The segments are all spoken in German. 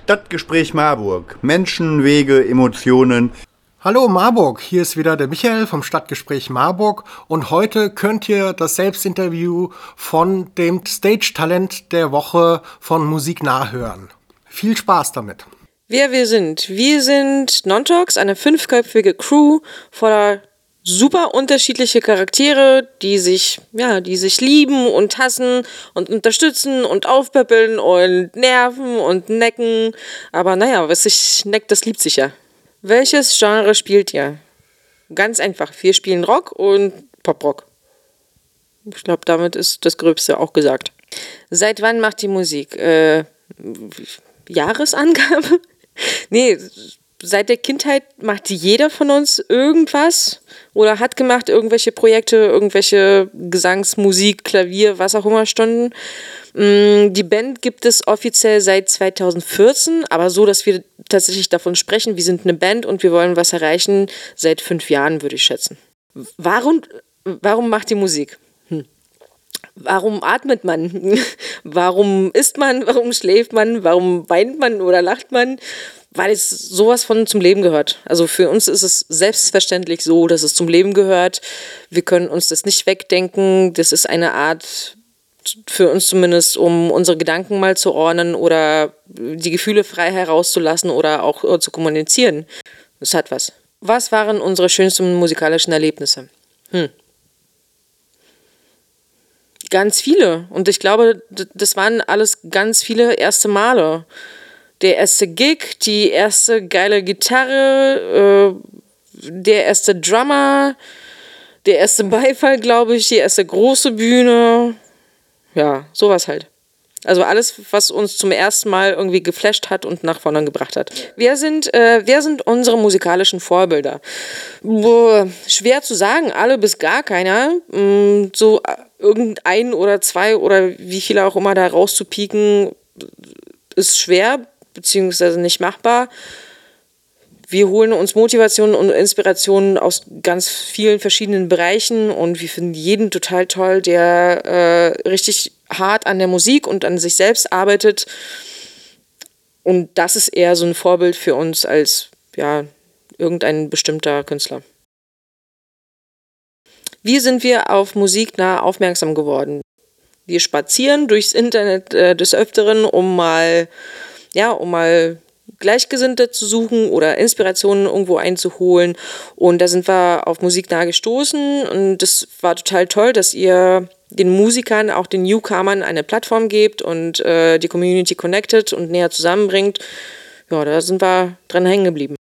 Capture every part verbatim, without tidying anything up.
Stadtgespräch Marburg. Menschen, Wege, Emotionen. Hallo Marburg, hier ist wieder der Michael vom Stadtgespräch Marburg und heute könnt ihr das Selbstinterview von dem Stage-Talent der Woche von Musik nah hören. Viel Spaß damit. Wer wir sind? Wir sind Nontalks, eine fünfköpfige Crew voller super unterschiedliche Charaktere, die sich, ja, die sich lieben und hassen und unterstützen und aufpäppeln und nerven und necken. Aber naja, was sich neckt, das liebt sich ja. Welches Genre spielt ihr? Ganz einfach, wir spielen Rock und Poprock. Ich glaube, damit ist das Gröbste auch gesagt. Seit wann macht die Musik? Äh, Jahresangabe? Nee, seit der Kindheit macht jeder von uns irgendwas oder hat gemacht irgendwelche Projekte, irgendwelche Gesangs-, Musik-, Klavier-, was auch immer Stunden. Die Band gibt es offiziell seit zweitausendvierzehn, aber so, dass wir tatsächlich davon sprechen, wir sind eine Band und wir wollen was erreichen, seit fünf Jahren, würde ich schätzen. Warum, warum macht die Musik? Hm. Warum atmet man? Warum isst man? Warum schläft man? Warum weint man oder lacht man? Weil es sowas von zum Leben gehört. Also für uns ist es selbstverständlich so, dass es zum Leben gehört. Wir können uns das nicht wegdenken. Das ist eine Art, für uns zumindest, um unsere Gedanken mal zu ordnen oder die Gefühle frei herauszulassen oder auch zu kommunizieren. Es hat was. Was waren unsere schönsten musikalischen Erlebnisse? Hm. Ganz viele. Und ich glaube, das waren alles ganz viele erste Male. Der erste Gig, die erste geile Gitarre, äh, der erste Drummer, der erste Beifall, glaube ich, die erste große Bühne. Ja, sowas halt. Also alles, was uns zum ersten Mal irgendwie geflasht hat und nach vorne gebracht hat. Wer sind, äh, wer sind unsere musikalischen Vorbilder? Boah, schwer zu sagen, alle bis gar keiner. Mm, so irgendein oder zwei oder wie viele auch immer da rauszupieken, ist schwer, beziehungsweise nicht machbar. Wir holen uns Motivationen und Inspirationen aus ganz vielen verschiedenen Bereichen und wir finden jeden total toll, der äh, richtig hart an der Musik und an sich selbst arbeitet. Und das ist eher so ein Vorbild für uns als ja, irgendein bestimmter Künstler. Wie sind wir auf Musik nah aufmerksam geworden? Wir spazieren durchs Internet äh, des Öfteren, um mal ja, um mal Gleichgesinnte zu suchen oder Inspirationen irgendwo einzuholen. Und da sind wir auf Musik nah gestoßen und das war total toll, dass ihr den Musikern, auch den Newcomern eine Plattform gebt und äh, die Community connected und näher zusammenbringt. Ja, da sind wir dran hängen geblieben.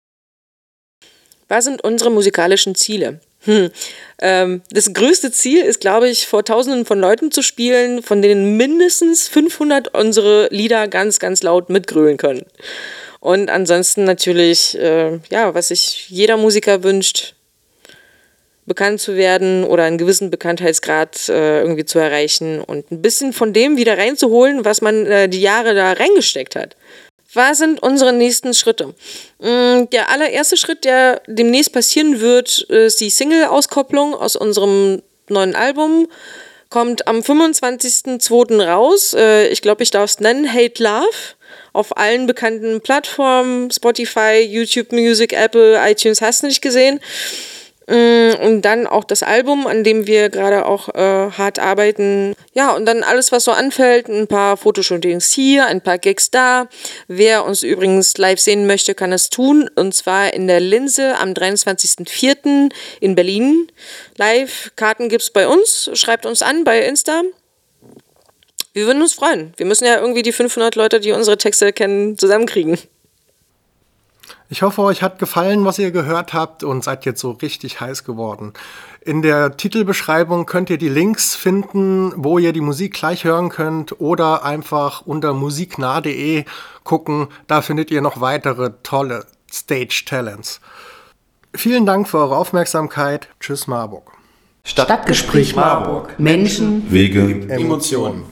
Was sind unsere musikalischen Ziele? Hm. Ähm, das größte Ziel ist, glaube ich, vor Tausenden von Leuten zu spielen, von denen mindestens fünfhundert unsere Lieder ganz, ganz laut mitgrölen können. Und ansonsten natürlich, äh, ja, was sich jeder Musiker wünscht, bekannt zu werden oder einen gewissen Bekanntheitsgrad äh, irgendwie zu erreichen und ein bisschen von dem wieder reinzuholen, was man äh, die Jahre da reingesteckt hat. Was sind unsere nächsten Schritte? Der allererste Schritt, der demnächst passieren wird, ist die Single-Auskopplung aus unserem neuen Album. Kommt am fünfundzwanzigsten zweiten raus. Ich glaube, ich darf es nennen, Hate Love. Auf allen bekannten Plattformen, Spotify, YouTube Music, Apple, iTunes, hast du nicht gesehen. Und dann auch das Album, an dem wir gerade auch äh, hart arbeiten. Ja, und dann alles, was so anfällt, ein paar Fotoshootings hier, ein paar Gigs da. Wer uns übrigens live sehen möchte, kann es tun. Und zwar in der Linse am dreiundzwanzigsten vierten in Berlin. Live, Karten gibt's bei uns. Schreibt uns an bei Insta. Wir würden uns freuen. Wir müssen ja irgendwie die fünfhundert Leute, die unsere Texte kennen, zusammenkriegen. Ich hoffe, euch hat gefallen, was ihr gehört habt und seid jetzt so richtig heiß geworden. In der Titelbeschreibung könnt ihr die Links finden, wo ihr die Musik gleich hören könnt oder einfach unter musiknah punkt de gucken. Da findet ihr noch weitere tolle Stage-Talents. Vielen Dank für eure Aufmerksamkeit. Tschüss Marburg. Stadtgespräch Marburg. Menschen, Wege, Emotionen.